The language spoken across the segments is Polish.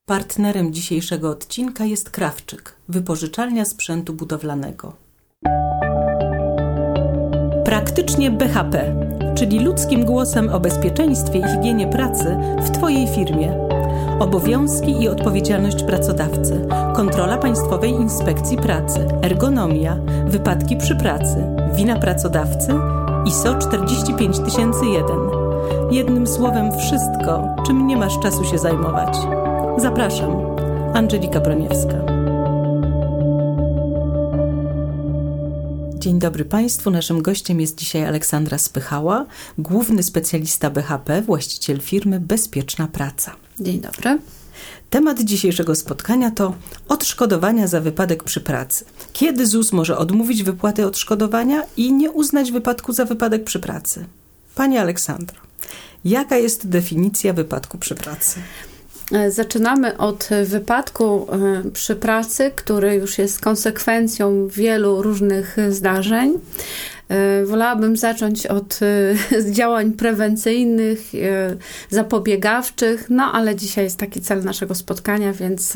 Partnerem dzisiejszego odcinka jest Krawczyk, wypożyczalnia sprzętu budowlanego. Praktycznie BHP, czyli ludzkim głosem o bezpieczeństwie i higienie pracy w Twojej firmie. Obowiązki i odpowiedzialność pracodawcy, kontrola Państwowej Inspekcji Pracy, ergonomia, wypadki przy pracy, wina pracodawcy, ISO 45001. Jednym słowem wszystko, czym nie masz czasu się zajmować. Zapraszam, Angelika Broniewska. Dzień dobry Państwu. Naszym gościem jest dzisiaj Aleksandra Spychała, główny specjalista BHP, właściciel firmy Bezpieczna Praca. Dzień dobry. Temat dzisiejszego spotkania to odszkodowania za wypadek przy pracy. Kiedy ZUS może odmówić wypłaty odszkodowania i nie uznać wypadku za wypadek przy pracy? Pani Aleksandro, jaka jest definicja wypadku przy pracy? Zaczynamy od wypadku przy pracy, który już jest konsekwencją wielu różnych zdarzeń. Wolałabym zacząć od działań prewencyjnych, zapobiegawczych, ale dzisiaj jest taki cel naszego spotkania,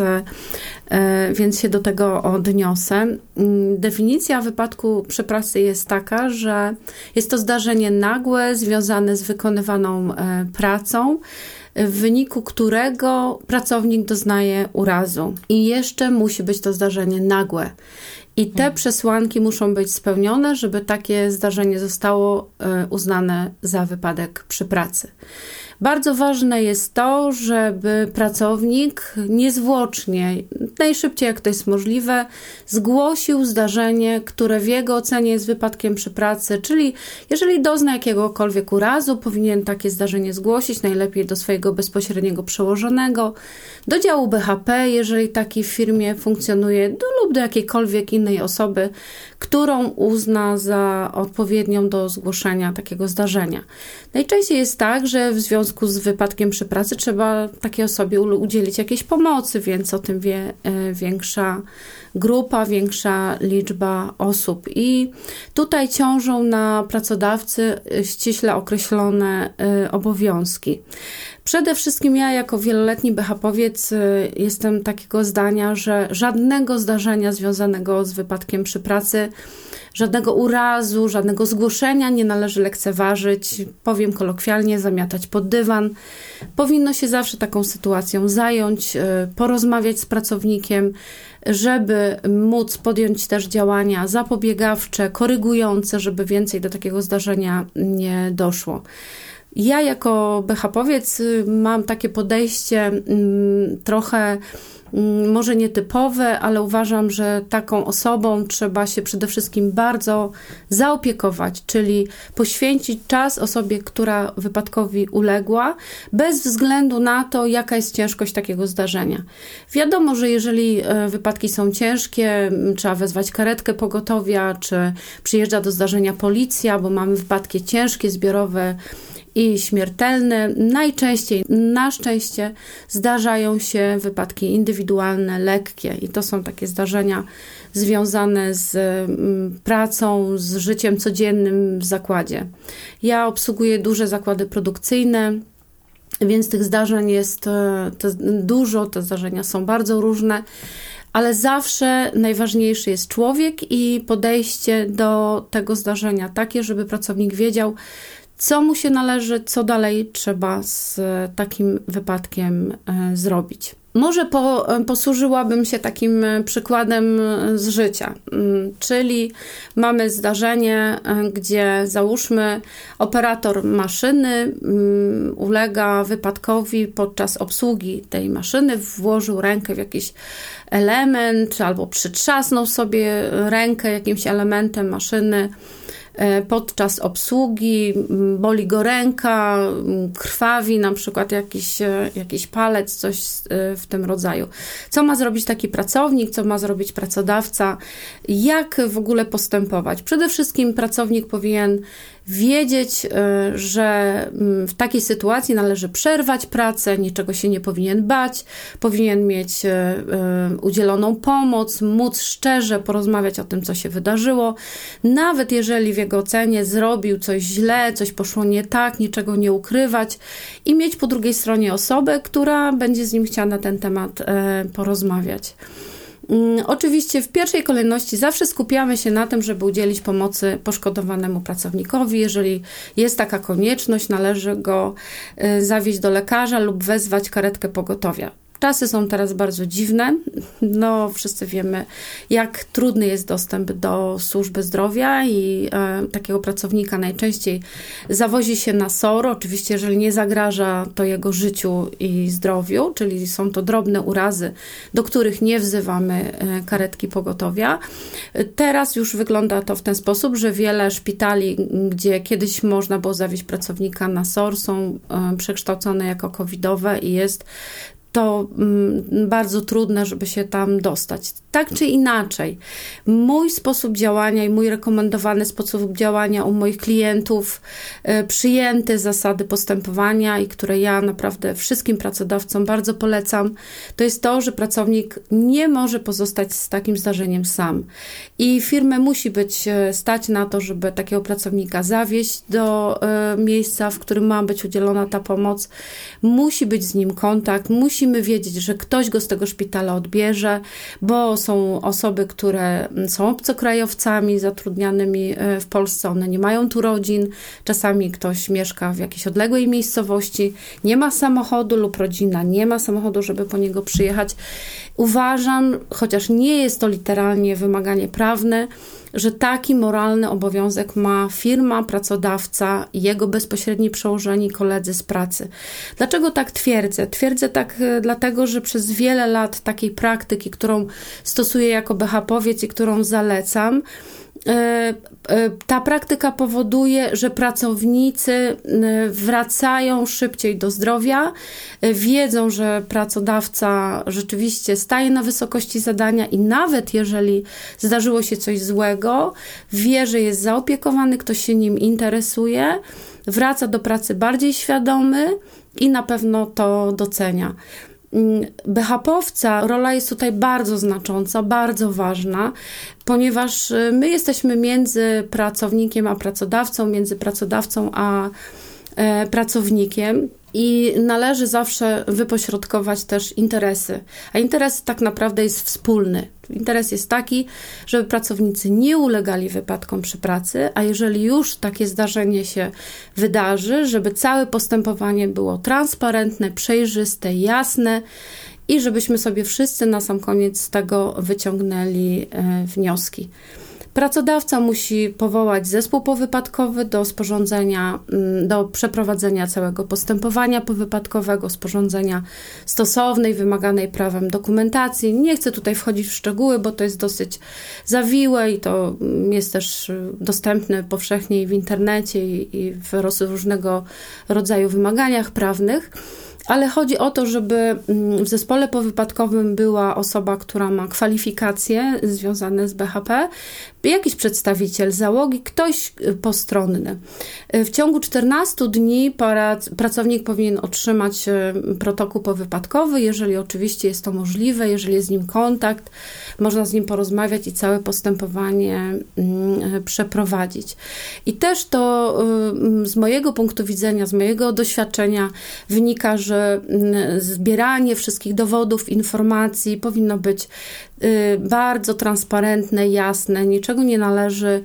więc się do tego odniosę. Definicja wypadku przy pracy jest taka, że jest to zdarzenie nagłe, związane z wykonywaną pracą, w wyniku którego pracownik doznaje urazu. I jeszcze musi być to zdarzenie nagłe. I te przesłanki muszą być spełnione, żeby takie zdarzenie zostało uznane za wypadek przy pracy. Bardzo ważne jest to, żeby pracownik niezwłocznie, najszybciej jak to jest możliwe, zgłosił zdarzenie, które w jego ocenie jest wypadkiem przy pracy, czyli jeżeli dozna jakiegokolwiek urazu, powinien takie zdarzenie zgłosić, najlepiej do swojego bezpośredniego przełożonego, do działu BHP, jeżeli taki w firmie funkcjonuje, lub do jakiejkolwiek innej osoby, którą uzna za odpowiednią do zgłoszenia takiego zdarzenia. Najczęściej jest tak, że w związku z wypadkiem przy pracy trzeba takiej osobie udzielić jakiejś pomocy, więc o tym wie większa grupa, większa liczba osób. I tutaj ciążą na pracodawcy ściśle określone obowiązki. Przede wszystkim ja jako wieloletni BHP-owiec jestem takiego zdania, że żadnego zdarzenia związanego z wypadkiem przy pracy, żadnego urazu, żadnego zgłoszenia nie należy lekceważyć, powiem kolokwialnie, zamiatać pod dywan. Powinno się zawsze taką sytuacją zająć, porozmawiać z pracownikiem, żeby móc podjąć też działania zapobiegawcze, korygujące, żeby więcej do takiego zdarzenia nie doszło. Ja jako BHP-owiec mam takie podejście trochę może nietypowe, ale uważam, że taką osobą trzeba się przede wszystkim bardzo zaopiekować, czyli poświęcić czas osobie, która wypadkowi uległa, bez względu na to, jaka jest ciężkość takiego zdarzenia. Wiadomo, że jeżeli wypadki są ciężkie, trzeba wezwać karetkę pogotowia, czy przyjeżdża do zdarzenia policja, bo mamy wypadki ciężkie, zbiorowe i śmiertelne. Najczęściej, na szczęście, zdarzają się wypadki indywidualne, lekkie i to są takie zdarzenia związane z pracą, z życiem codziennym w zakładzie. Ja obsługuję duże zakłady produkcyjne, więc tych zdarzeń jest dużo, te zdarzenia są bardzo różne, ale zawsze najważniejszy jest człowiek i podejście do tego zdarzenia takie, żeby pracownik wiedział, co mu się należy, co dalej trzeba z takim wypadkiem zrobić. Może posłużyłabym się takim przykładem z życia, czyli mamy zdarzenie, gdzie załóżmy operator maszyny ulega wypadkowi podczas obsługi tej maszyny, włożył rękę w jakiś element albo przytrzasnął sobie rękę jakimś elementem maszyny, podczas obsługi, boli go ręka, krwawi na przykład jakiś palec, coś w tym rodzaju. Co ma zrobić taki pracownik, co ma zrobić pracodawca, jak w ogóle postępować? Przede wszystkim pracownik powinien wiedzieć, że w takiej sytuacji należy przerwać pracę, niczego się nie powinien bać, powinien mieć udzieloną pomoc, móc szczerze porozmawiać o tym, co się wydarzyło. Nawet jeżeli w jego ocenie zrobił coś źle, coś poszło nie tak, niczego nie ukrywać i mieć po drugiej stronie osobę, która będzie z nim chciała na ten temat porozmawiać. Oczywiście w pierwszej kolejności zawsze skupiamy się na tym, żeby udzielić pomocy poszkodowanemu pracownikowi. Jeżeli jest taka konieczność, należy go zawieźć do lekarza lub wezwać karetkę pogotowia. Czasy są teraz bardzo dziwne. Wszyscy wiemy, jak trudny jest dostęp do służby zdrowia i takiego pracownika najczęściej zawozi się na SOR. Oczywiście, jeżeli nie zagraża to jego życiu i zdrowiu, czyli są to drobne urazy, do których nie wzywamy karetki pogotowia. Teraz już wygląda to w ten sposób, że wiele szpitali, gdzie kiedyś można było zawieźć pracownika na SOR, są przekształcone jako covidowe i jest to bardzo trudne, żeby się tam dostać. Tak czy inaczej, mój sposób działania i mój rekomendowany sposób działania u moich klientów, przyjęte zasady postępowania i które ja naprawdę wszystkim pracodawcom bardzo polecam, to jest to, że pracownik nie może pozostać z takim zdarzeniem sam. I firmę musi być stać na to, żeby takiego pracownika zawieźć do miejsca, w którym ma być udzielona ta pomoc. Musi być z nim kontakt, musimy wiedzieć, że ktoś go z tego szpitala odbierze, bo są osoby, które są obcokrajowcami zatrudnianymi w Polsce, one nie mają tu rodzin, czasami ktoś mieszka w jakiejś odległej miejscowości, nie ma samochodu lub rodzina nie ma samochodu, żeby po niego przyjechać. Uważam, chociaż nie jest to literalnie wymaganie prawne, że taki moralny obowiązek ma firma, pracodawca i jego bezpośredni przełożeni koledzy z pracy. Dlaczego tak twierdzę? Twierdzę tak dlatego, że przez wiele lat takiej praktyki, którą stosuję jako BHP-owiec i którą zalecam, ta praktyka powoduje, że pracownicy wracają szybciej do zdrowia, wiedzą, że pracodawca rzeczywiście staje na wysokości zadania i nawet jeżeli zdarzyło się coś złego, wie, że jest zaopiekowany, ktoś się nim interesuje, wraca do pracy bardziej świadomy i na pewno to docenia. BHP-owca rola jest tutaj bardzo znacząca, bardzo ważna, ponieważ my jesteśmy między pracownikiem a pracodawcą, między pracodawcą a pracownikiem i należy zawsze wypośrodkować też interesy. A interes tak naprawdę jest wspólny. Interes jest taki, żeby pracownicy nie ulegali wypadkom przy pracy, a jeżeli już takie zdarzenie się wydarzy, żeby całe postępowanie było transparentne, przejrzyste, jasne i żebyśmy sobie wszyscy na sam koniec z tego wyciągnęli wnioski. Pracodawca musi powołać zespół powypadkowy do przeprowadzenia całego postępowania powypadkowego, sporządzenia stosownej, wymaganej prawem dokumentacji. Nie chcę tutaj wchodzić w szczegóły, bo to jest dosyć zawiłe i to jest też dostępne powszechnie w internecie i w różnego rodzaju wymaganiach prawnych. Ale chodzi o to, żeby w zespole powypadkowym była osoba, która ma kwalifikacje związane z BHP, jakiś przedstawiciel załogi, ktoś postronny. W ciągu 14 dni pracownik powinien otrzymać protokół powypadkowy, jeżeli oczywiście jest to możliwe, jeżeli jest z nim kontakt, można z nim porozmawiać i całe postępowanie przeprowadzić. I też to z mojego punktu widzenia, z mojego doświadczenia wynika, że zbieranie wszystkich dowodów, informacji powinno być bardzo transparentne, jasne, niczego nie należy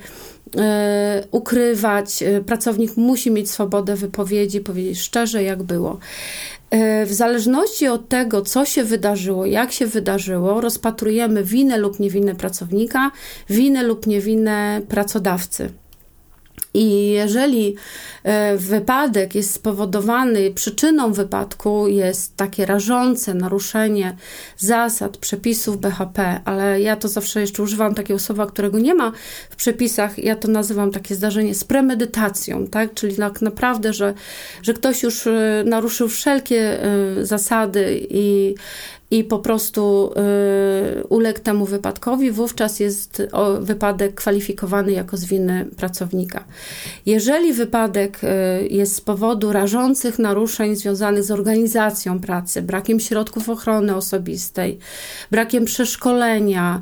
ukrywać. Pracownik musi mieć swobodę wypowiedzi, powiedzieć szczerze, jak było. W zależności od tego, co się wydarzyło, jak się wydarzyło, rozpatrujemy winę lub niewinę pracownika, winę lub niewinę pracodawcy. I jeżeli wypadek jest spowodowany, przyczyną wypadku jest takie rażące naruszenie zasad, przepisów BHP, ale ja to zawsze jeszcze używam takiego słowa, którego nie ma w przepisach, ja to nazywam takie zdarzenie z premedytacją, tak? Czyli tak naprawdę, że ktoś już naruszył wszelkie zasady i i po prostu uległ temu wypadkowi, wówczas jest wypadek kwalifikowany jako z winy pracownika. Jeżeli wypadek jest z powodu rażących naruszeń związanych z organizacją pracy, brakiem środków ochrony osobistej, brakiem przeszkolenia,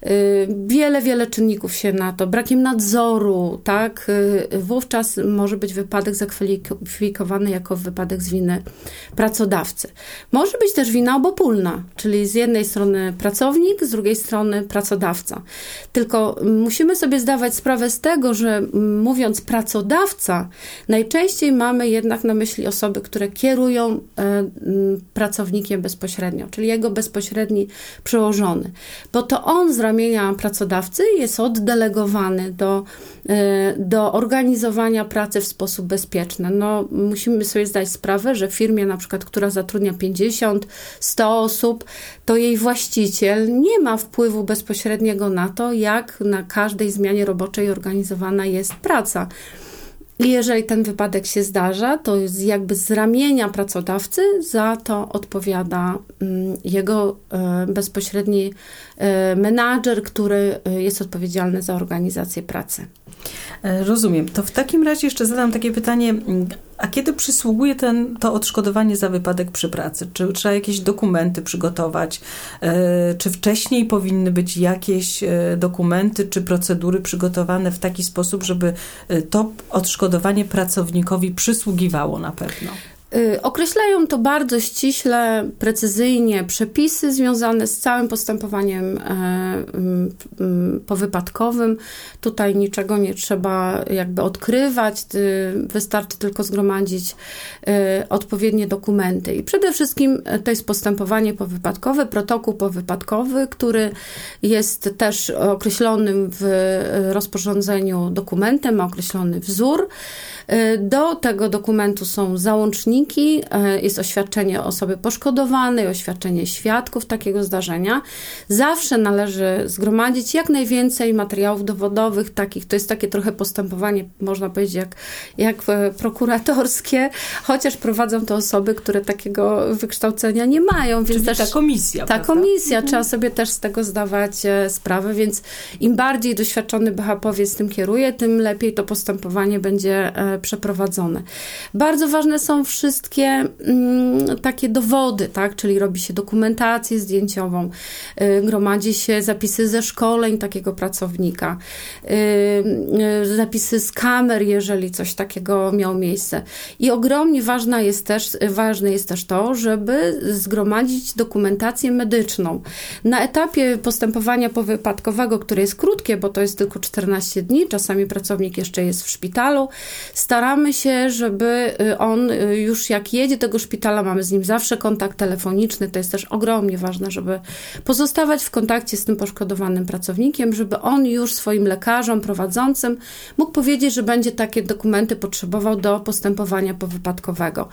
wiele czynników się na to, brakiem nadzoru, tak, wówczas może być wypadek zakwalifikowany jako wypadek z winy pracodawcy. Może być też wina obopólna, czyli z jednej strony pracownik, z drugiej strony pracodawca. Tylko musimy sobie zdawać sprawę z tego, że mówiąc pracodawca, najczęściej mamy jednak na myśli osoby, które kierują pracownikiem bezpośrednio, czyli jego bezpośredni przełożony. Bo to on z ramienia pracodawcy jest oddelegowany do organizowania pracy w sposób bezpieczny. No, musimy sobie zdać sprawę, że w firmie na przykład, która zatrudnia 50, 100 osób, to jej właściciel nie ma wpływu bezpośredniego na to, jak na każdej zmianie roboczej organizowana jest praca. I jeżeli ten wypadek się zdarza, to jakby z ramienia pracodawcy za to odpowiada jego bezpośredni menadżer, który jest odpowiedzialny za organizację pracy. Rozumiem. To w takim razie jeszcze zadam takie pytanie, a kiedy przysługuje to odszkodowanie za wypadek przy pracy? Czy trzeba jakieś dokumenty przygotować? Czy wcześniej powinny być jakieś dokumenty czy procedury przygotowane w taki sposób, żeby to odszkodowanie pracownikowi przysługiwało na pewno? Określają to bardzo ściśle, precyzyjnie przepisy związane z całym postępowaniem powypadkowym. Tutaj niczego nie trzeba jakby odkrywać, wystarczy tylko zgromadzić odpowiednie dokumenty. I przede wszystkim to jest postępowanie powypadkowe, protokół powypadkowy, który jest też określonym w rozporządzeniu dokumentem, ma określony wzór. Do tego dokumentu są załączniki, jest oświadczenie osoby poszkodowanej, oświadczenie świadków takiego zdarzenia. Zawsze należy zgromadzić jak najwięcej materiałów dowodowych takich, to jest takie trochę postępowanie, można powiedzieć, jak prokuratorskie, chociaż prowadzą to osoby, które takiego wykształcenia nie mają. Więc czyli też ta komisja, ta prawda? komisja, trzeba sobie też z tego zdawać sprawę, więc im bardziej doświadczony BHP-owiec tym kieruje, tym lepiej to postępowanie będzie przeprowadzone. Bardzo ważne są wszystkie takie dowody, tak? Czyli robi się dokumentację zdjęciową, gromadzi się zapisy ze szkoleń takiego pracownika, zapisy z kamer, jeżeli coś takiego miało miejsce. I ogromnie ważne jest też to, żeby zgromadzić dokumentację medyczną. Na etapie postępowania powypadkowego, które jest krótkie, bo to jest tylko 14 dni, czasami pracownik jeszcze jest w szpitalu, staramy się, żeby on już jak jedzie do tego szpitala, mamy z nim zawsze kontakt telefoniczny, to jest też ogromnie ważne, żeby pozostawać w kontakcie z tym poszkodowanym pracownikiem, żeby on już swoim lekarzom prowadzącym mógł powiedzieć, że będzie takie dokumenty potrzebował do postępowania powypadkowego.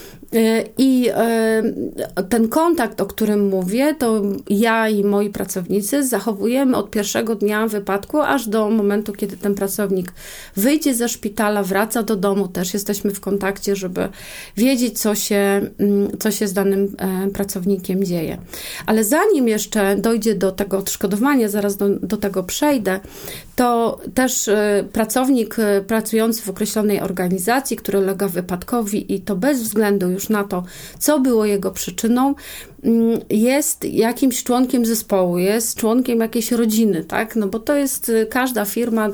I ten kontakt, o którym mówię, to ja i moi pracownicy zachowujemy od pierwszego dnia wypadku, aż do momentu, kiedy ten pracownik wyjdzie ze szpitala, wraca do domu, też jesteśmy w kontakcie, żeby wiedzieć, co się z danym pracownikiem dzieje. Ale zanim jeszcze dojdzie do tego odszkodowania, zaraz do tego przejdę, to też pracownik pracujący w określonej organizacji, który ulega wypadkowi i to bez względu już na to, co było jego przyczyną, jest jakimś członkiem zespołu, jest członkiem jakiejś rodziny, tak? No bo to jest każda firma,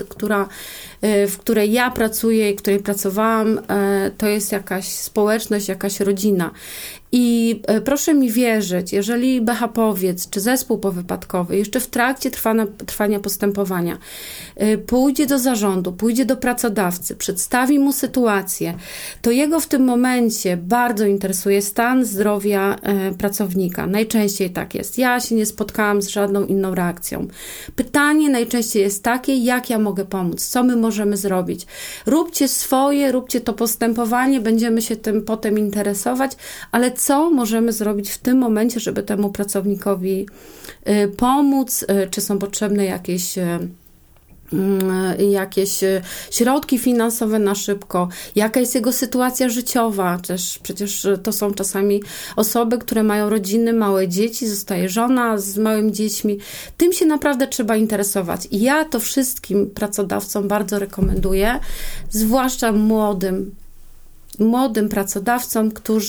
w której ja pracuję i w której pracowałam, to jest jakaś społeczność, jakaś rodzina. I proszę mi wierzyć, jeżeli BHP-owiec czy zespół powypadkowy jeszcze w trakcie trwania postępowania pójdzie do zarządu, pójdzie do pracodawcy, przedstawi mu sytuację, to jego w tym momencie bardzo interesuje stan zdrowia pracownika. Najczęściej tak jest. Ja się nie spotkałam z żadną inną reakcją. Pytanie najczęściej jest takie, jak ja mogę pomóc, co my możemy zrobić. Róbcie swoje, róbcie to postępowanie, będziemy się tym potem interesować, ale co możemy zrobić w tym momencie, żeby temu pracownikowi pomóc, czy są potrzebne jakieś jakieś środki finansowe na szybko, jaka jest jego sytuacja życiowa, też przecież to są czasami osoby, które mają rodziny, małe dzieci, zostaje żona z małymi dziećmi. Tym się naprawdę trzeba interesować. I ja to wszystkim pracodawcom bardzo rekomenduję, zwłaszcza młodym pracodawcom,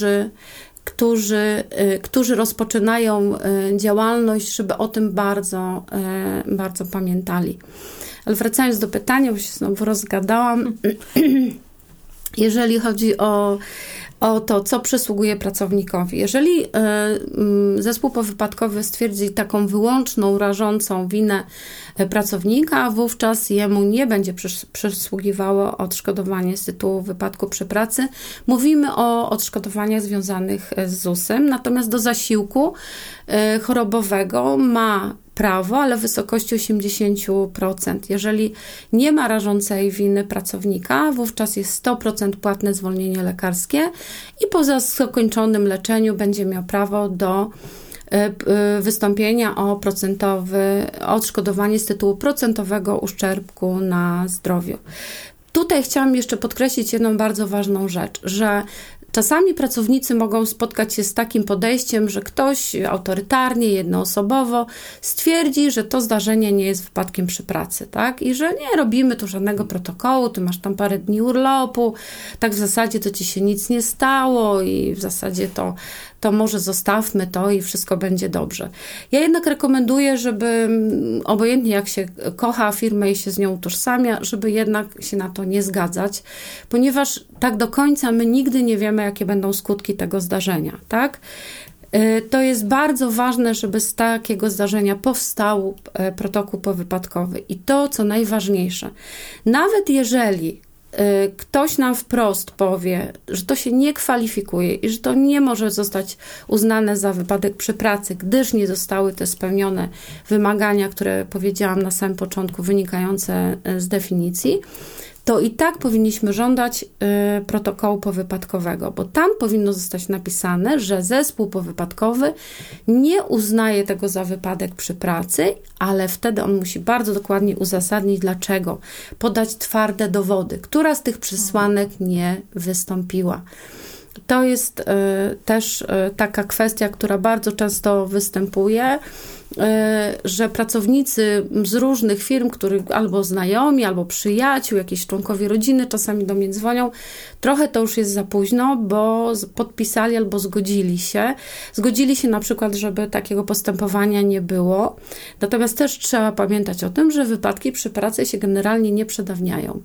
którzy rozpoczynają działalność, żeby o tym bardzo, bardzo pamiętali. Ale wracając do pytania, bo się znowu rozgadałam, jeżeli chodzi o to, co przysługuje pracownikowi. Jeżeli zespół powypadkowy stwierdzi taką wyłączną, rażącą winę pracownika, wówczas jemu nie będzie przysługiwało odszkodowanie z tytułu wypadku przy pracy. Mówimy o odszkodowaniach związanych z ZUS-em, natomiast do zasiłku chorobowego ma prawo, ale w wysokości 80%. Jeżeli nie ma rażącej winy pracownika, wówczas jest 100% płatne zwolnienie lekarskie i po zakończonym leczeniu będzie miał prawo do wystąpienia o odszkodowanie z tytułu procentowego uszczerbku na zdrowiu. Tutaj chciałam jeszcze podkreślić jedną bardzo ważną rzecz, że czasami pracownicy mogą spotkać się z takim podejściem, że ktoś autorytarnie, jednoosobowo stwierdzi, że to zdarzenie nie jest wypadkiem przy pracy, tak? I że nie robimy tu żadnego protokołu, ty masz tam parę dni urlopu, tak w zasadzie to ci się nic nie stało i w zasadzie to może zostawmy to i wszystko będzie dobrze. Ja jednak rekomenduję, żeby obojętnie jak się kocha firmę i się z nią utożsamia, żeby jednak się na to nie zgadzać, ponieważ tak do końca my nigdy nie wiemy, jakie będą skutki tego zdarzenia, tak? To jest bardzo ważne, żeby z takiego zdarzenia powstał protokół powypadkowy. I to, co najważniejsze, nawet jeżeli ktoś nam wprost powie, że to się nie kwalifikuje i że to nie może zostać uznane za wypadek przy pracy, gdyż nie zostały te spełnione wymagania, które powiedziałam na samym początku, wynikające z definicji, to i tak powinniśmy żądać protokołu powypadkowego, bo tam powinno zostać napisane, że zespół powypadkowy nie uznaje tego za wypadek przy pracy, ale wtedy on musi bardzo dokładnie uzasadnić dlaczego, podać twarde dowody, która z tych przesłanek nie wystąpiła. To jest też taka kwestia, która bardzo często występuje, że pracownicy z różnych firm, których albo znajomi, albo przyjaciół, jakieś członkowie rodziny czasami do mnie dzwonią, trochę to już jest za późno, bo podpisali albo zgodzili się na przykład, żeby takiego postępowania nie było. Natomiast też trzeba pamiętać o tym, że wypadki przy pracy się generalnie nie przedawniają.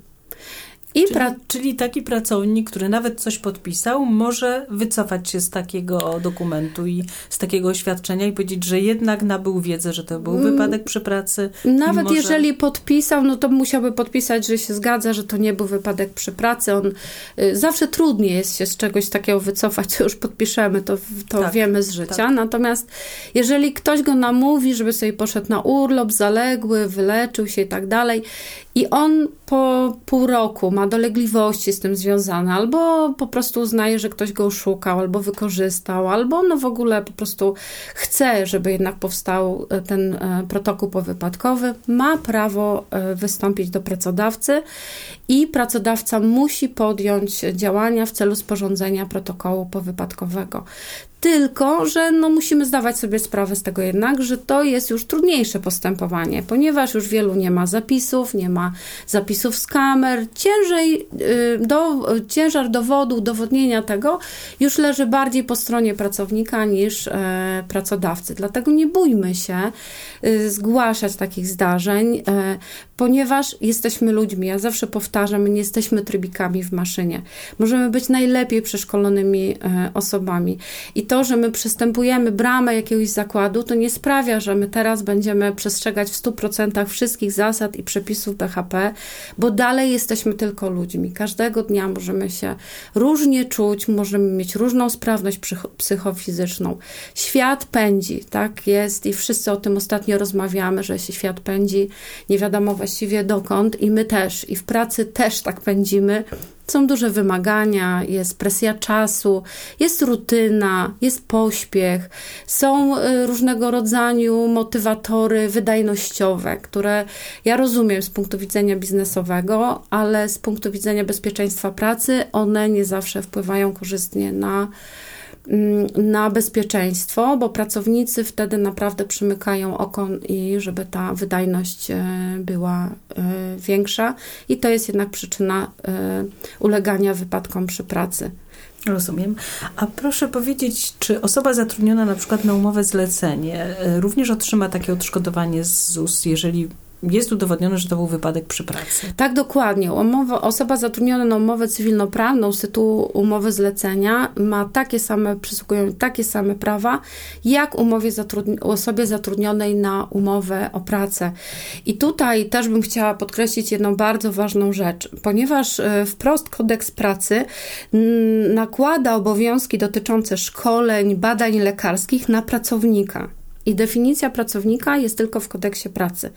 Czyli taki pracownik, który nawet coś podpisał, może wycofać się z takiego dokumentu i z takiego oświadczenia i powiedzieć, że jednak nabył wiedzę, że to był wypadek przy pracy. Nawet jeżeli podpisał, no to musiałby podpisać, że się zgadza, że to nie był wypadek przy pracy. Zawsze trudniej jest się z czegoś takiego wycofać, co już podpiszemy, to tak, wiemy z życia. Tak. Natomiast jeżeli ktoś go namówi, żeby sobie poszedł na urlop zaległy, wyleczył się i tak dalej i on po pół roku ma dolegliwości z tym związane, albo po prostu uznaje, że ktoś go oszukał, albo wykorzystał, albo no w ogóle po prostu chce, żeby jednak powstał ten protokół powypadkowy, ma prawo wystąpić do pracodawcy i pracodawca musi podjąć działania w celu sporządzenia protokołu powypadkowego. Tylko, że musimy zdawać sobie sprawę z tego jednak, że to jest już trudniejsze postępowanie, ponieważ już wielu nie ma zapisów z kamer. Ciężar dowodu, udowodnienia tego już leży bardziej po stronie pracownika niż pracodawcy. Dlatego nie bójmy się zgłaszać takich zdarzeń, ponieważ jesteśmy ludźmi. Ja zawsze powtarzam, my nie jesteśmy trybikami w maszynie. Możemy być najlepiej przeszkolonymi osobami. I to, że my przystępujemy bramę jakiegoś zakładu, to nie sprawia, że my teraz będziemy przestrzegać w 100% wszystkich zasad i przepisów BHP, bo dalej jesteśmy tylko ludźmi. Każdego dnia możemy się różnie czuć, możemy mieć różną sprawność psychofizyczną. Świat pędzi, tak jest i wszyscy o tym ostatnio rozmawiamy, że się świat pędzi, nie wiadomo właściwie dokąd i my też. I w pracy też tak pędzimy. Są duże wymagania, jest presja czasu, jest rutyna, jest pośpiech, są różnego rodzaju motywatory wydajnościowe, które ja rozumiem z punktu widzenia biznesowego, ale z punktu widzenia bezpieczeństwa pracy one nie zawsze wpływają korzystnie na bezpieczeństwo, bo pracownicy wtedy naprawdę przymykają oko i żeby ta wydajność była większa i to jest jednak przyczyna ulegania wypadkom przy pracy. Rozumiem. A proszę powiedzieć, czy osoba zatrudniona na przykład na umowę zlecenie również otrzyma takie odszkodowanie z ZUS, jeżeli jest udowodnione, że to był wypadek przy pracy? Tak, dokładnie. Osoba zatrudniona na umowę cywilnoprawną z tytułu umowy zlecenia ma przysługują takie same prawa, jak osobie zatrudnionej na umowę o pracę. I tutaj też bym chciała podkreślić jedną bardzo ważną rzecz, ponieważ wprost kodeks pracy nakłada obowiązki dotyczące szkoleń, badań lekarskich na pracownika. I definicja pracownika jest tylko w kodeksie pracy.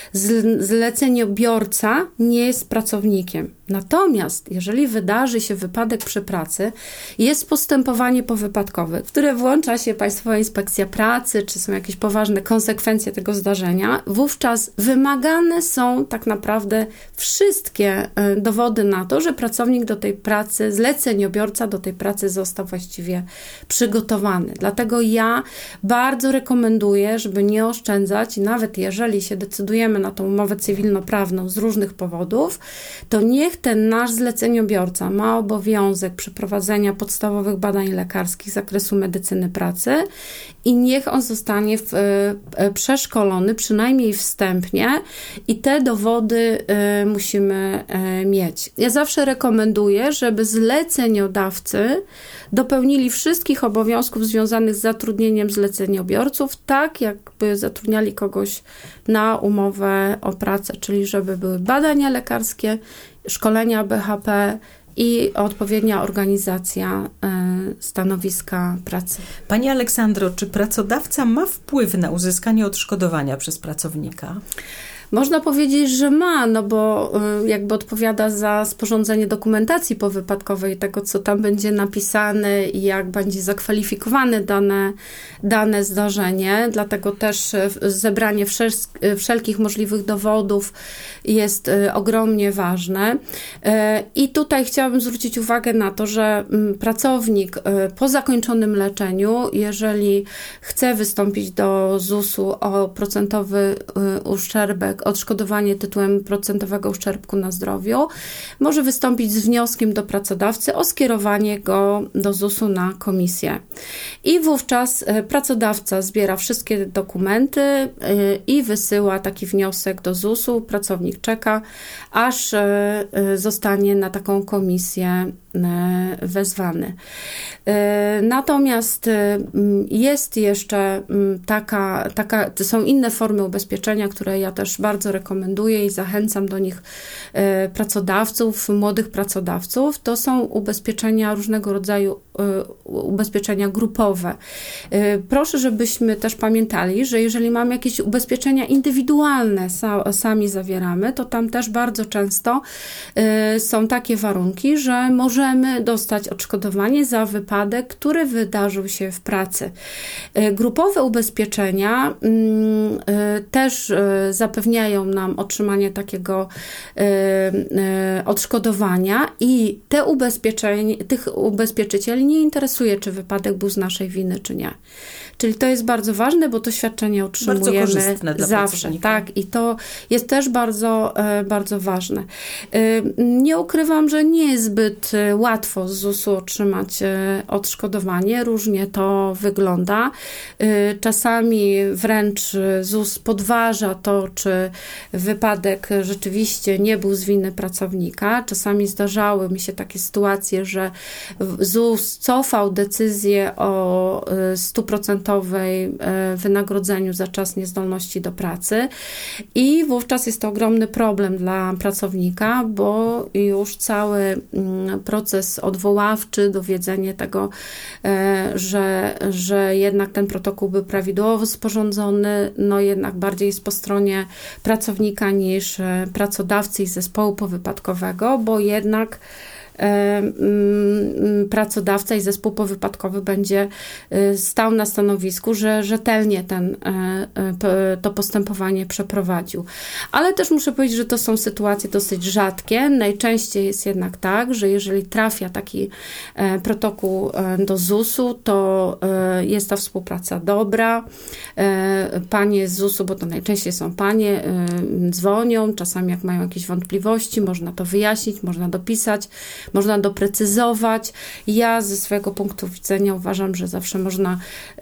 Zleceniobiorca nie jest pracownikiem. Natomiast jeżeli wydarzy się wypadek przy pracy, jest postępowanie powypadkowe, w które włącza się Państwowa Inspekcja Pracy, czy są jakieś poważne konsekwencje tego zdarzenia, wówczas wymagane są tak naprawdę wszystkie dowody na to, że pracownik do tej pracy, zleceniobiorca do tej pracy został właściwie przygotowany. Dlatego ja bardzo rekomenduję, żeby nie oszczędzać, nawet jeżeli się decydujemy na tą umowę cywilnoprawną z różnych powodów, to niech ten nasz zleceniobiorca ma obowiązek przeprowadzenia podstawowych badań lekarskich z zakresu medycyny pracy i niech on zostanie przeszkolony, przynajmniej wstępnie, i te dowody musimy mieć. Ja zawsze rekomenduję, żeby zleceniodawcy dopełnili wszystkich obowiązków związanych z zatrudnieniem zleceniobiorców, tak jakby zatrudniali kogoś na umowę o pracę, czyli żeby były badania lekarskie, szkolenia BHP i odpowiednia organizacja stanowiska pracy. Pani Aleksandro, czy pracodawca ma wpływ na uzyskanie odszkodowania przez pracownika? Można powiedzieć, że ma, no bo jakby odpowiada za sporządzenie dokumentacji powypadkowej, tego co tam będzie napisane i jak będzie zakwalifikowane dane zdarzenie, dlatego też zebranie wszelkich możliwych dowodów jest ogromnie ważne. I tutaj chciałabym zwrócić uwagę na to, że pracownik po zakończonym leczeniu, jeżeli chce wystąpić do ZUS-u o procentowy uszczerbek, odszkodowanie tytułem procentowego uszczerbku na zdrowiu, może wystąpić z wnioskiem do pracodawcy o skierowanie go do ZUS-u na komisję. I wówczas pracodawca zbiera wszystkie dokumenty i wysyła taki wniosek do ZUS-u. Pracownik czeka, aż zostanie na taką komisję wezwany. Natomiast jest jeszcze są inne formy ubezpieczenia, które ja też bardzo rekomenduję i zachęcam do nich pracodawców, młodych pracodawców. To są ubezpieczenia różnego rodzaju, ubezpieczenia grupowe. Proszę, żebyśmy też pamiętali, że jeżeli mamy jakieś ubezpieczenia indywidualne, sami zawieramy, to tam też bardzo często są takie warunki, że możemy dostać odszkodowanie za wypadek, który wydarzył się w pracy. Grupowe ubezpieczenia też zapewniają nam otrzymanie takiego odszkodowania i tych ubezpieczycieli nie interesuje, czy wypadek był z naszej winy, czy nie. Czyli to jest bardzo ważne, bo to świadczenie otrzymujemy zawsze. Tak, i to jest też bardzo, bardzo ważne. Nie ukrywam, że nie jest zbyt łatwo z ZUS-u otrzymać odszkodowanie. Różnie to wygląda. Czasami wręcz ZUS podważa to, czy wypadek rzeczywiście nie był z winy pracownika. Czasami zdarzały mi się takie sytuacje, że ZUS cofał decyzję o 100% wynagrodzeniu za czas niezdolności do pracy i wówczas jest to ogromny problem dla pracownika, bo już cały proces odwoławczy, dowiedzenie tego, że jednak ten protokół był prawidłowo sporządzony, no jednak bardziej jest po stronie pracownika niż pracodawcy i zespołu powypadkowego, bo jednak pracodawca i zespół powypadkowy będzie stał na stanowisku, że rzetelnie to postępowanie przeprowadził. Ale też muszę powiedzieć, że to są sytuacje dosyć rzadkie. Najczęściej jest jednak tak, że jeżeli trafia taki protokół do ZUS-u, to jest ta współpraca dobra. Panie z ZUS-u, bo to najczęściej są panie, dzwonią, czasami jak mają jakieś wątpliwości, można to wyjaśnić, można dopisać, można doprecyzować. Ja ze swojego punktu widzenia uważam, że zawsze można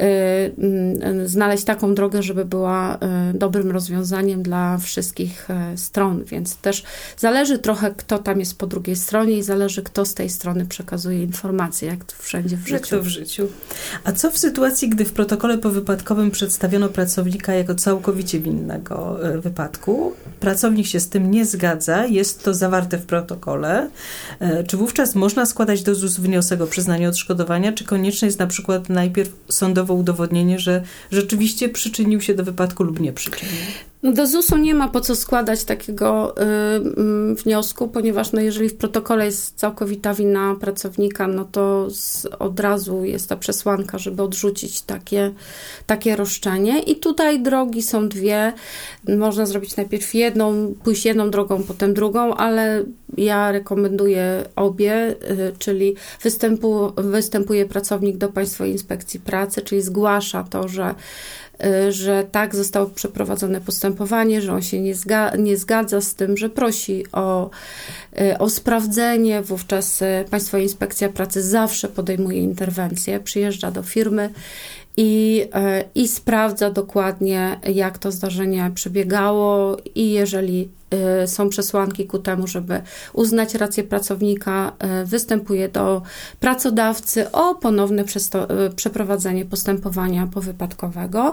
znaleźć taką drogę, żeby była dobrym rozwiązaniem dla wszystkich stron, więc też zależy trochę, kto tam jest po drugiej stronie i zależy, kto z tej strony przekazuje informacje, jak to wszędzie w życiu. Jak to w życiu. A co w sytuacji, gdy w protokole powypadkowym przedstawiono pracownika jako całkowicie winnego wypadku? Pracownik się z tym nie zgadza, jest to zawarte w protokole. Czy wówczas można składać do ZUS wniosek o przyznanie odszkodowania, czy konieczne jest na przykład najpierw sądowe udowodnienie, że rzeczywiście przyczynił się do wypadku lub nie przyczynił? Do ZUS-u nie ma po co składać takiego wniosku, ponieważ jeżeli w protokole jest całkowita wina pracownika, no to od razu jest ta przesłanka, żeby odrzucić takie roszczenie. I tutaj drogi są dwie. Można zrobić najpierw pójść jedną drogą, potem drugą, ale ja rekomenduję obie, czyli występuje pracownik do Państwowej Inspekcji Pracy, czyli zgłasza to, że tak zostało przeprowadzone postępowanie, że on się nie zgadza z tym, że prosi o sprawdzenie. Wówczas Państwowa Inspekcja Pracy zawsze podejmuje interwencję, przyjeżdża do firmy i sprawdza dokładnie, jak to zdarzenie przebiegało i jeżeli są przesłanki ku temu, żeby uznać rację pracownika, występuje do pracodawcy o ponowne przeprowadzenie postępowania powypadkowego.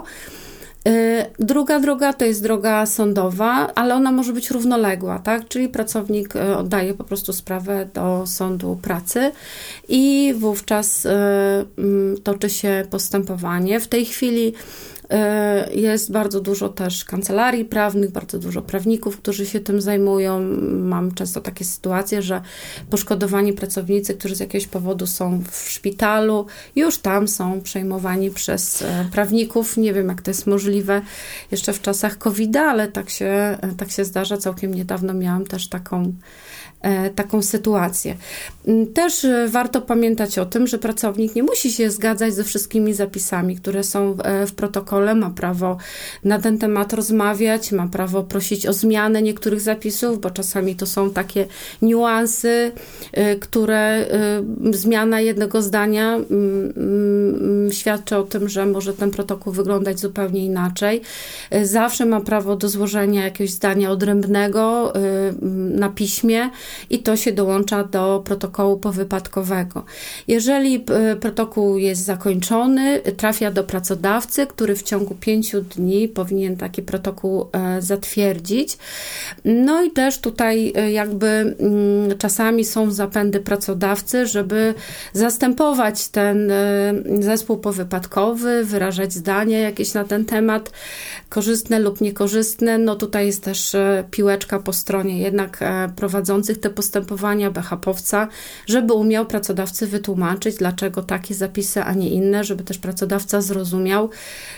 Druga droga to jest droga sądowa, ale ona może być równoległa, tak? Czyli pracownik oddaje po prostu sprawę do sądu pracy i wówczas toczy się postępowanie. W tej chwili jest bardzo dużo też kancelarii prawnych, bardzo dużo prawników, którzy się tym zajmują. Mam często takie sytuacje, że poszkodowani pracownicy, którzy z jakiegoś powodu są w szpitalu, już tam są przejmowani przez prawników. Nie wiem, jak to jest możliwe jeszcze w czasach COVID-a, ale tak się zdarza. Całkiem niedawno miałam też taką sytuację. Też warto pamiętać o tym, że pracownik nie musi się zgadzać ze wszystkimi zapisami, które są w protokole, ma prawo na ten temat rozmawiać, ma prawo prosić o zmianę niektórych zapisów, bo czasami to są takie niuansy, które zmiana jednego zdania świadczy o tym, że może ten protokół wyglądać zupełnie inaczej. Zawsze ma prawo do złożenia jakiegoś zdania odrębnego na piśmie, i to się dołącza do protokołu powypadkowego. Jeżeli protokół jest zakończony, trafia do pracodawcy, który w ciągu 5 dni powinien taki protokół zatwierdzić. No i też tutaj jakby czasami są zapędy pracodawcy, żeby zastępować ten zespół powypadkowy, wyrażać zdania jakieś na ten temat, korzystne lub niekorzystne. No tutaj jest też piłeczka po stronie jednak prowadzących te postępowania, BHP-owca, żeby umiał pracodawcy wytłumaczyć, dlaczego takie zapisy, a nie inne, żeby też pracodawca zrozumiał,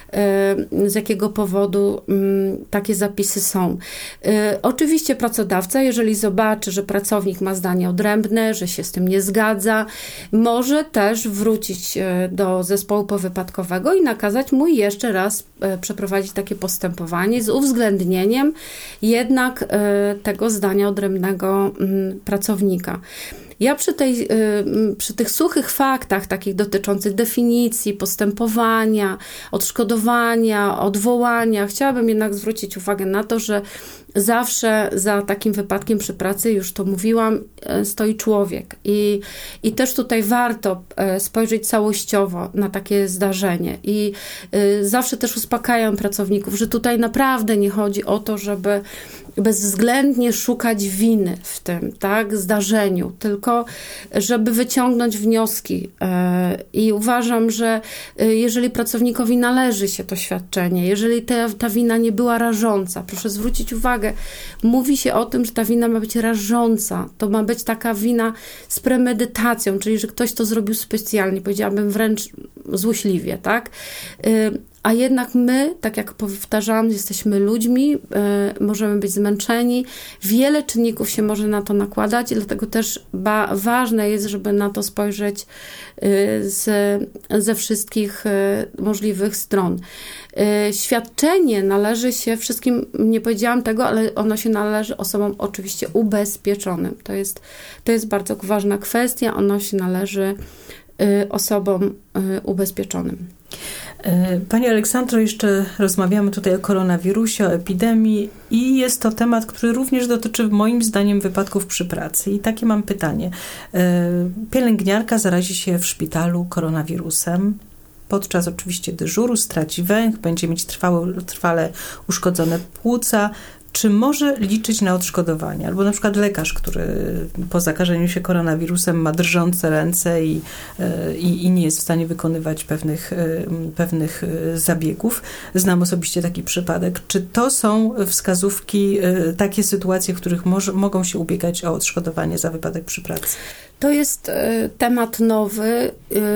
z jakiego powodu takie zapisy są. Oczywiście pracodawca, jeżeli zobaczy, że pracownik ma zdanie odrębne, że się z tym nie zgadza, może też wrócić do zespołu powypadkowego i nakazać mu jeszcze raz przeprowadzić takie postępowanie z uwzględnieniem jednak tego zdania odrębnego pracownika. Ja przy tych suchych faktach, takich dotyczących definicji, postępowania, odszkodowania, odwołania, chciałabym jednak zwrócić uwagę na to, że zawsze za takim wypadkiem przy pracy, już to mówiłam, stoi człowiek. I też tutaj warto spojrzeć całościowo na takie zdarzenie. I zawsze też uspokajam pracowników, że tutaj naprawdę nie chodzi o to, żeby bezwzględnie szukać winy w tym, tak, zdarzeniu, tylko żeby wyciągnąć wnioski. I uważam, że jeżeli pracownikowi należy się to świadczenie, jeżeli ta wina nie była rażąca, proszę zwrócić uwagę, mówi się o tym, że ta wina ma być rażąca. To ma być taka wina z premedytacją, czyli że ktoś to zrobił specjalnie, powiedziałabym wręcz złośliwie, tak? A jednak my, tak jak powtarzałam, jesteśmy ludźmi, możemy być zmęczeni. Wiele czynników się może na to nakładać i dlatego też ważne jest, żeby na to spojrzeć ze wszystkich możliwych stron. Świadczenie należy się wszystkim, nie powiedziałam tego, ale ono się należy osobom oczywiście ubezpieczonym. To jest bardzo ważna kwestia, ono się należy osobom ubezpieczonym. Pani Aleksandro, jeszcze rozmawiamy tutaj o koronawirusie, o epidemii i jest to temat, który również dotyczy moim zdaniem wypadków przy pracy. I takie mam pytanie. Pielęgniarka zarazi się w szpitalu koronawirusem. Podczas oczywiście dyżuru straci węch, będzie mieć trwale uszkodzone płuca. Czy może liczyć na odszkodowanie? Albo na przykład lekarz, który po zakażeniu się koronawirusem ma drżące ręce i nie jest w stanie wykonywać pewnych zabiegów. Znam osobiście taki przypadek. Czy to są wskazówki, takie sytuacje, w których mogą się ubiegać o odszkodowanie za wypadek przy pracy? To jest temat nowy.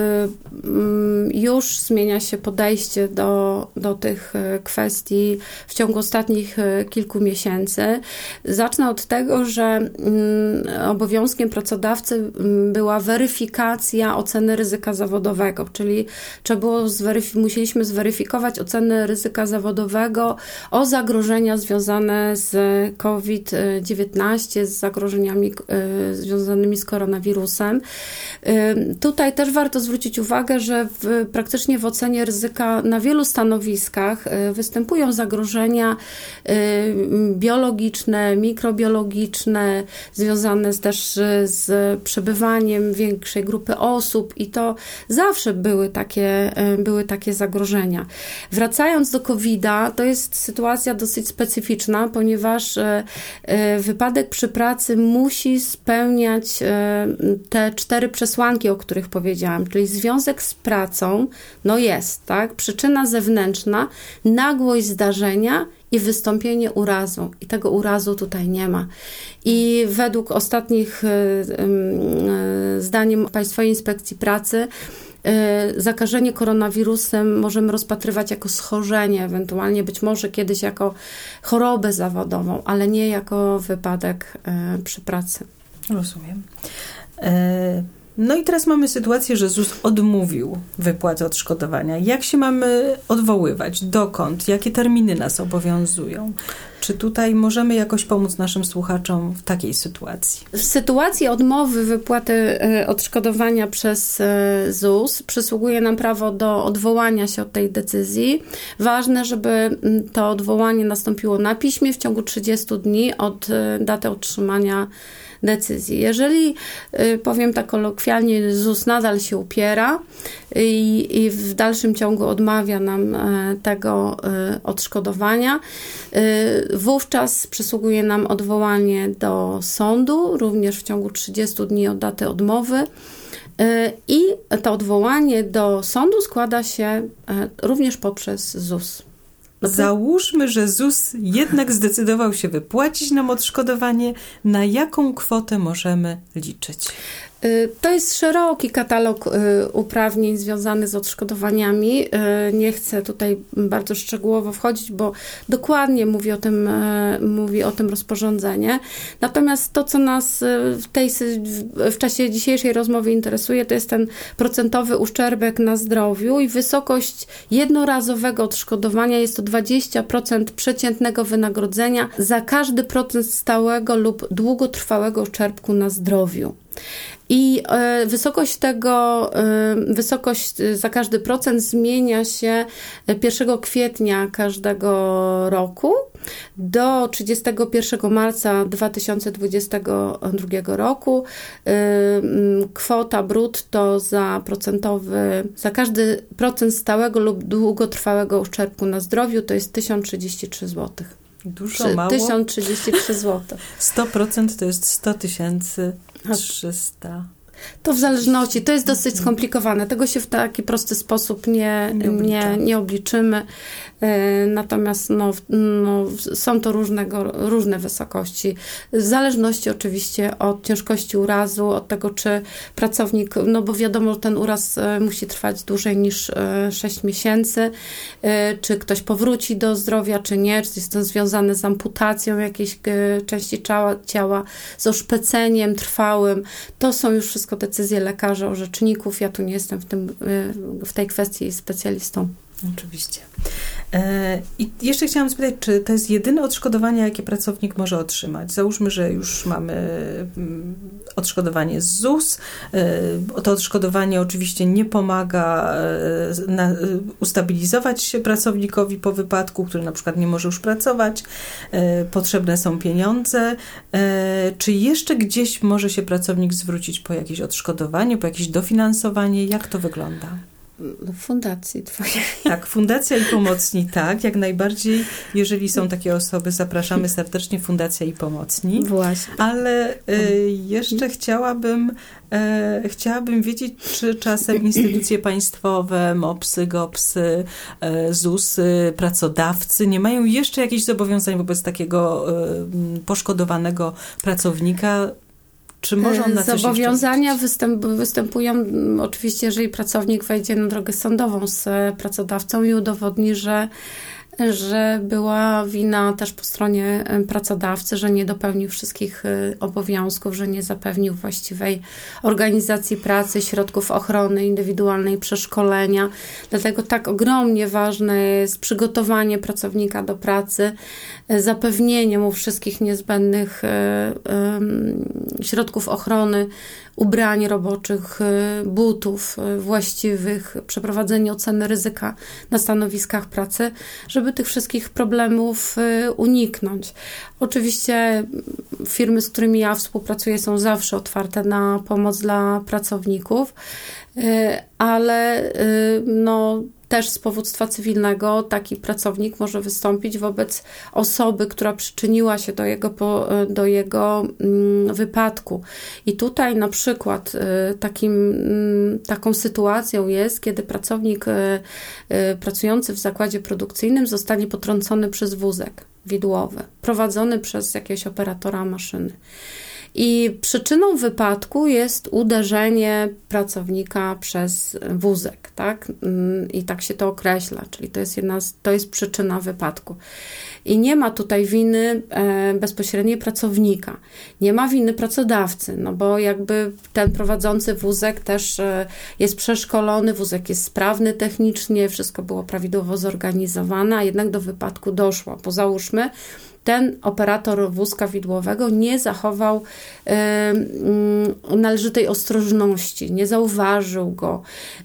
Już zmienia się podejście do tych kwestii w ciągu ostatnich kilku miesięcy. Zacznę od tego, że obowiązkiem pracodawcy była weryfikacja oceny ryzyka zawodowego, czyli musieliśmy zweryfikować ocenę ryzyka zawodowego o zagrożenia związane z COVID-19, z zagrożeniami związanymi z koronawirusem. Tutaj też warto zwrócić uwagę, że praktycznie w ocenie ryzyka na wielu stanowiskach występują zagrożenia biologiczne, mikrobiologiczne, związane też z przebywaniem większej grupy osób i to zawsze były takie zagrożenia. Wracając do COVID-a, to jest sytuacja dosyć specyficzna, ponieważ wypadek przy pracy musi spełniać te 4 przesłanki, o których powiedziałam, czyli związek z pracą, jest, tak? Przyczyna zewnętrzna, nagłość zdarzenia i wystąpienie urazu. I tego urazu tutaj nie ma. I według ostatnich zdaniem Państwowej Inspekcji Pracy zakażenie koronawirusem możemy rozpatrywać jako schorzenie, ewentualnie być może kiedyś jako chorobę zawodową, ale nie jako wypadek przy pracy. Rozumiem. No i teraz mamy sytuację, że ZUS odmówił wypłaty odszkodowania. Jak się mamy odwoływać? Dokąd? Jakie terminy nas obowiązują? Czy tutaj możemy jakoś pomóc naszym słuchaczom w takiej sytuacji? W sytuacji odmowy wypłaty odszkodowania przez ZUS przysługuje nam prawo do odwołania się od tej decyzji. Ważne, żeby to odwołanie nastąpiło na piśmie w ciągu 30 dni od daty otrzymania decyzji. Jeżeli, powiem tak kolokwialnie, ZUS nadal się upiera i w dalszym ciągu odmawia nam tego odszkodowania, wówczas przysługuje nam odwołanie do sądu, również w ciągu 30 dni od daty odmowy. I to odwołanie do sądu składa się również poprzez ZUS. Załóżmy, że ZUS jednak zdecydował się wypłacić nam odszkodowanie. Na jaką kwotę możemy liczyć? To jest szeroki katalog uprawnień związanych z odszkodowaniami. Nie chcę tutaj bardzo szczegółowo wchodzić, bo dokładnie mówi o tym rozporządzenie. Natomiast to, co nas w czasie dzisiejszej rozmowy interesuje, to jest ten procentowy uszczerbek na zdrowiu i wysokość jednorazowego odszkodowania jest to 20% przeciętnego wynagrodzenia za każdy procent stałego lub długotrwałego uszczerbku na zdrowiu. I wysokość za każdy procent zmienia się 1 kwietnia każdego roku do 31 marca 2022 roku. Kwota brutto za każdy procent stałego lub długotrwałego uszczerbku na zdrowiu to jest 1033 zł. Dużo, mało? 1033 zł. 100% to jest 100 300. To w zależności, to jest dosyć skomplikowane. Tego się w taki prosty sposób nie obliczymy. Natomiast są to różne wysokości. W zależności oczywiście od ciężkości urazu, od tego, czy pracownik, bo wiadomo, że ten uraz musi trwać dłużej niż 6 miesięcy, czy ktoś powróci do zdrowia, czy nie, czy jest to związane z amputacją jakiejś części ciała, z oszpeceniem trwałym. To są już wszystko decyzje lekarzy, orzeczników. Ja tu nie jestem w tej kwestii specjalistą. Oczywiście. I jeszcze chciałam spytać, czy to jest jedyne odszkodowanie, jakie pracownik może otrzymać? Załóżmy, że już mamy odszkodowanie z ZUS. To odszkodowanie oczywiście nie pomaga ustabilizować się pracownikowi po wypadku, który na przykład nie może już pracować. Potrzebne są pieniądze. Czy jeszcze gdzieś może się pracownik zwrócić po jakieś odszkodowanie, po jakieś dofinansowanie? Jak to wygląda? Fundacji twojej. Tak, Fundacja i Pomocni, tak, jak najbardziej. Jeżeli są takie osoby, zapraszamy serdecznie, Fundacja i Pomocni. Właśnie. Ale jeszcze chciałabym wiedzieć, czy czasem instytucje państwowe, MOPS-y, GOPS-y, ZUS-y, pracodawcy nie mają jeszcze jakichś zobowiązań wobec takiego poszkodowanego pracownika. Czy może on na coś zobowiązania występują oczywiście, jeżeli pracownik wejdzie na drogę sądową z pracodawcą i udowodni, że była wina też po stronie pracodawcy, że nie dopełnił wszystkich obowiązków, że nie zapewnił właściwej organizacji pracy, środków ochrony indywidualnej, przeszkolenia. Dlatego tak ogromnie ważne jest przygotowanie pracownika do pracy, zapewnienie mu wszystkich niezbędnych środków ochrony, ubrań roboczych, butów właściwych, przeprowadzenie oceny ryzyka na stanowiskach pracy, żeby tych wszystkich problemów uniknąć. Oczywiście firmy, z którymi ja współpracuję, są zawsze otwarte na pomoc dla pracowników, ale też z powództwa cywilnego taki pracownik może wystąpić wobec osoby, która przyczyniła się do jego wypadku. I tutaj na przykład taką sytuacją jest, kiedy pracownik pracujący w zakładzie produkcyjnym zostanie potrącony przez wózek widłowy, prowadzony przez jakiegoś operatora maszyny. I przyczyną wypadku jest uderzenie pracownika przez wózek, tak? I tak się to określa, czyli to jest przyczyna wypadku. I nie ma tutaj winy bezpośredniej pracownika, nie ma winy pracodawcy, bo jakby ten prowadzący wózek też jest przeszkolony, wózek jest sprawny technicznie, wszystko było prawidłowo zorganizowane, a jednak do wypadku doszło, bo załóżmy, ten operator wózka widłowego nie zachował należytej ostrożności, nie zauważył go,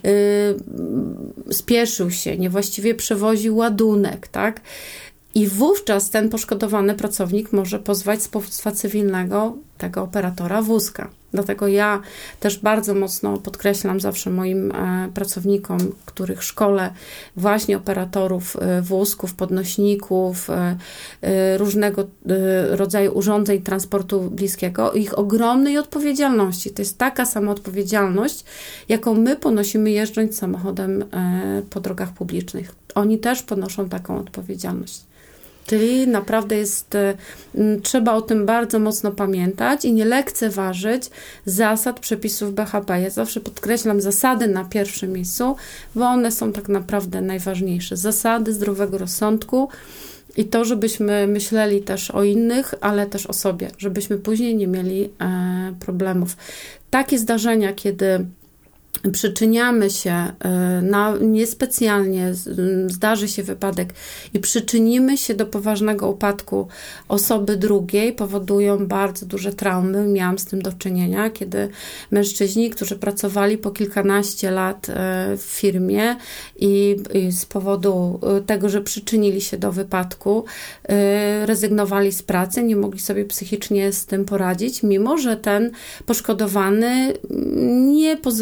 spieszył się, niewłaściwie przewoził ładunek, tak? I wówczas ten poszkodowany pracownik może pozwać z powództwa cywilnego tego operatora wózka. Dlatego ja też bardzo mocno podkreślam zawsze moim pracownikom, których szkolę, właśnie operatorów wózków, podnośników, różnego rodzaju urządzeń transportu bliskiego, ich ogromnej odpowiedzialności. To jest taka sama odpowiedzialność, jaką my ponosimy jeżdżąc samochodem po drogach publicznych. Oni też ponoszą taką odpowiedzialność. Czyli naprawdę trzeba o tym bardzo mocno pamiętać i nie lekceważyć zasad przepisów BHP. Ja zawsze podkreślam zasady na pierwszym miejscu, bo one są tak naprawdę najważniejsze. Zasady zdrowego rozsądku i to, żebyśmy myśleli też o innych, ale też o sobie, żebyśmy później nie mieli problemów. Takie zdarzenia, kiedy przyczyniamy się, niespecjalnie zdarzy się wypadek i przyczynimy się do poważnego upadku osoby drugiej, powodują bardzo duże traumy. Miałam z tym do czynienia, kiedy mężczyźni, którzy pracowali po kilkanaście lat w firmie i z powodu tego, że przyczynili się do wypadku, rezygnowali z pracy, nie mogli sobie psychicznie z tym poradzić, mimo że ten poszkodowany nie pozywał ich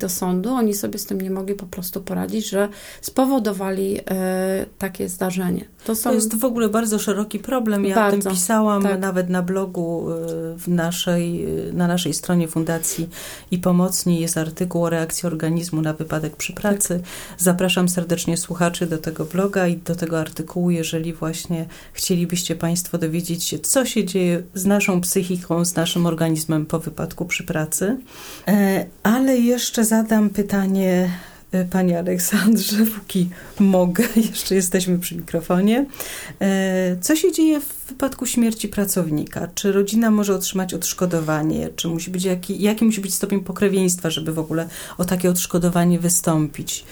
do sądu, oni sobie z tym nie mogli po prostu poradzić, że spowodowali takie zdarzenie. To jest w ogóle bardzo szeroki problem. Ja o tym pisałam nawet na blogu na naszej stronie Fundacji i Pomocni. Jest artykuł o reakcji organizmu na wypadek przy pracy. Zapraszam serdecznie słuchaczy do tego bloga i do tego artykułu, jeżeli właśnie chcielibyście Państwo dowiedzieć się, co się dzieje z naszą psychiką, z naszym organizmem po wypadku przy pracy. Ale jeszcze zadam pytanie Pani Aleksandrze, póki mogę, jeszcze jesteśmy przy mikrofonie. Co się dzieje w wypadku śmierci pracownika? Czy rodzina może otrzymać odszkodowanie? Czy musi być jaki musi być stopień pokrewieństwa, żeby w ogóle o takie odszkodowanie wystąpić?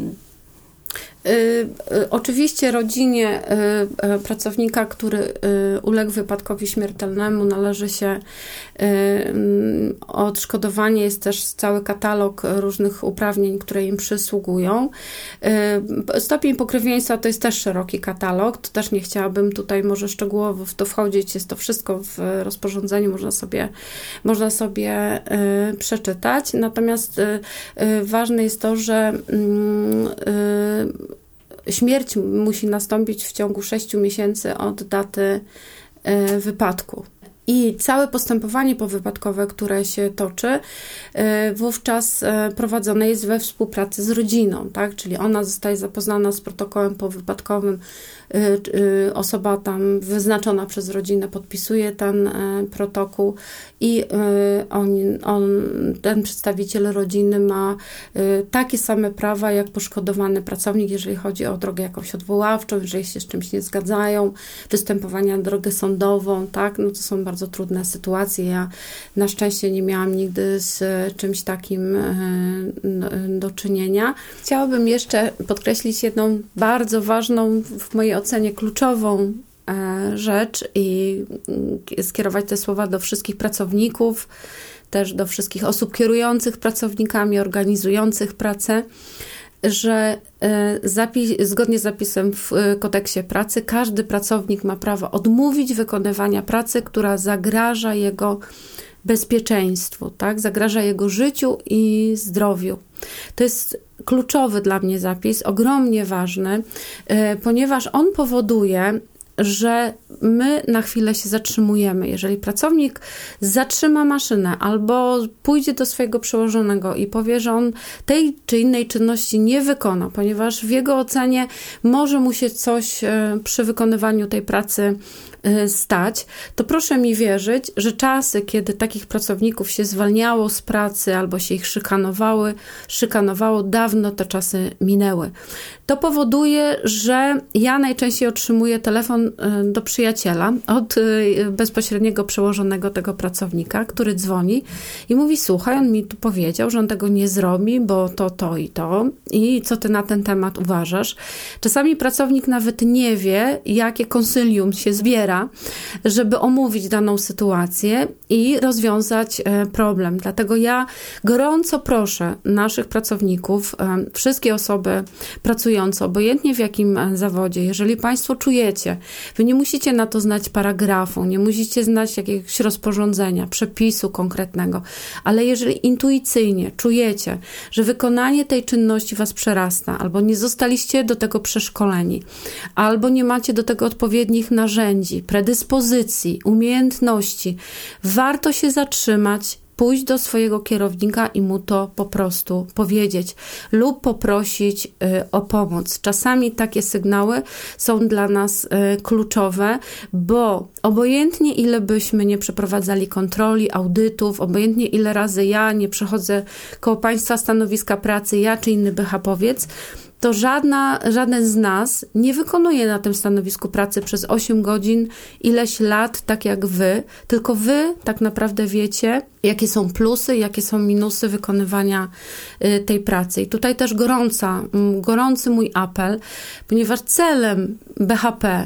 Oczywiście rodzinie pracownika, który uległ wypadkowi śmiertelnemu, należy się odszkodowanie. Jest też cały katalog różnych uprawnień, które im przysługują. Stopień pokrewieństwa to jest też szeroki katalog. To też nie chciałabym tutaj może szczegółowo w to wchodzić. Jest to wszystko w rozporządzeniu, można sobie przeczytać. Natomiast ważne jest to, że śmierć musi nastąpić w ciągu 6 miesięcy od daty wypadku. I całe postępowanie powypadkowe, które się toczy, wówczas prowadzone jest we współpracy z rodziną, tak? Czyli ona zostaje zapoznana z protokołem powypadkowym, osoba tam wyznaczona przez rodzinę podpisuje ten protokół i ten przedstawiciel rodziny ma takie same prawa jak poszkodowany pracownik, jeżeli chodzi o drogę jakąś odwoławczą, jeżeli się z czymś nie zgadzają, występowania na drogę sądową, tak? No to są bardzo trudne sytuacje. Ja na szczęście nie miałam nigdy z czymś takim do czynienia. Chciałabym jeszcze podkreślić jedną bardzo ważną, w mojej ocenie kluczową rzecz i skierować te słowa do wszystkich pracowników, też do wszystkich osób kierujących pracownikami, organizujących pracę, że zgodnie z zapisem w kodeksie pracy każdy pracownik ma prawo odmówić wykonywania pracy, która zagraża jego bezpieczeństwu, tak? Zagraża jego życiu i zdrowiu. To jest kluczowy dla mnie zapis, ogromnie ważny, ponieważ on powoduje, że my na chwilę się zatrzymujemy. Jeżeli pracownik zatrzyma maszynę albo pójdzie do swojego przełożonego i powie, że on tej czy innej czynności nie wykona, ponieważ w jego ocenie może mu się coś przy wykonywaniu tej pracy stać, to proszę mi wierzyć, że czasy, kiedy takich pracowników się zwalniało z pracy albo się ich szykanowało, dawno te czasy minęły. To powoduje, że ja najczęściej otrzymuję telefon do przyjaciela od bezpośredniego przełożonego tego pracownika, który dzwoni i mówi: słuchaj, on mi tu powiedział, że on tego nie zrobi, bo to i co ty na ten temat uważasz? Czasami pracownik nawet nie wie, jakie konsylium się zbiera, żeby omówić daną sytuację i rozwiązać problem. Dlatego ja gorąco proszę naszych pracowników, wszystkie osoby pracujące, obojętnie w jakim zawodzie, jeżeli Państwo czujecie, Wy nie musicie na to znać paragrafu, nie musicie znać jakiegoś rozporządzenia, przepisu konkretnego, ale jeżeli intuicyjnie czujecie, że wykonanie tej czynności Was przerasta, albo nie zostaliście do tego przeszkoleni, albo nie macie do tego odpowiednich narzędzi, predyspozycji, umiejętności, warto się zatrzymać, pójść do swojego kierownika i mu to po prostu powiedzieć lub poprosić o pomoc. Czasami takie sygnały są dla nas kluczowe, bo obojętnie ile byśmy nie przeprowadzali kontroli, audytów, obojętnie ile razy ja nie przechodzę koło Państwa stanowiska pracy, ja czy inny BHP-owiec, to żaden z nas nie wykonuje na tym stanowisku pracy przez 8 godzin, ileś lat, tak jak Wy, tylko Wy tak naprawdę wiecie, jakie są plusy, jakie są minusy wykonywania tej pracy. I tutaj też gorący mój apel, ponieważ celem BHP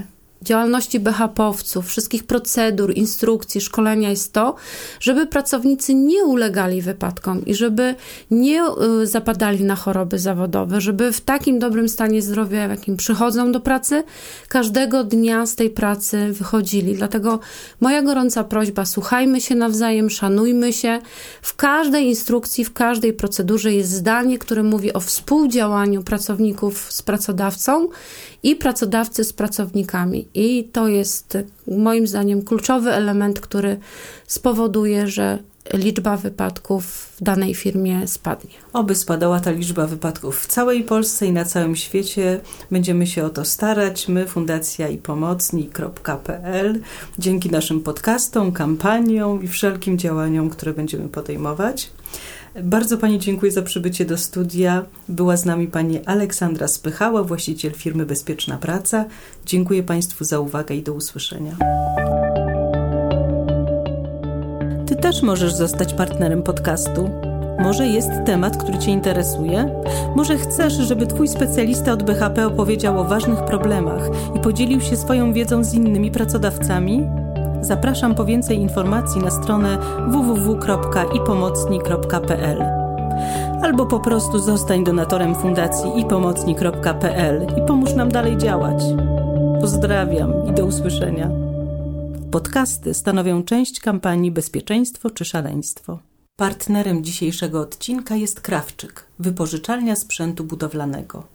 działalności BHP-owców, wszystkich procedur, instrukcji, szkolenia jest to, żeby pracownicy nie ulegali wypadkom i żeby nie zapadali na choroby zawodowe, żeby w takim dobrym stanie zdrowia, w jakim przychodzą do pracy, każdego dnia z tej pracy wychodzili. Dlatego moja gorąca prośba, słuchajmy się nawzajem, szanujmy się. W każdej instrukcji, w każdej procedurze jest zdanie, które mówi o współdziałaniu pracowników z pracodawcą i pracodawcy z pracownikami. I to jest moim zdaniem kluczowy element, który spowoduje, że liczba wypadków w danej firmie spadnie. Oby spadała ta liczba wypadków w całej Polsce i na całym świecie. Będziemy się o to starać. My, Fundacja ipomocni.pl, dzięki naszym podcastom, kampaniom i wszelkim działaniom, które będziemy podejmować. Bardzo Pani dziękuję za przybycie do studia. Była z nami Pani Aleksandra Spychała, właściciel firmy Bezpieczna Praca. Dziękuję Państwu za uwagę i do usłyszenia. Ty też możesz zostać partnerem podcastu. Może jest temat, który Cię interesuje? Może chcesz, żeby Twój specjalista od BHP opowiedział o ważnych problemach i podzielił się swoją wiedzą z innymi pracodawcami? Zapraszam po więcej informacji na stronę www.ipomocni.pl albo po prostu zostań donatorem Fundacji ipomocni.pl i pomóż nam dalej działać. Pozdrawiam i do usłyszenia. Podcasty stanowią część kampanii Bezpieczeństwo czy Szaleństwo. Partnerem dzisiejszego odcinka jest Krawczyk, wypożyczalnia sprzętu budowlanego.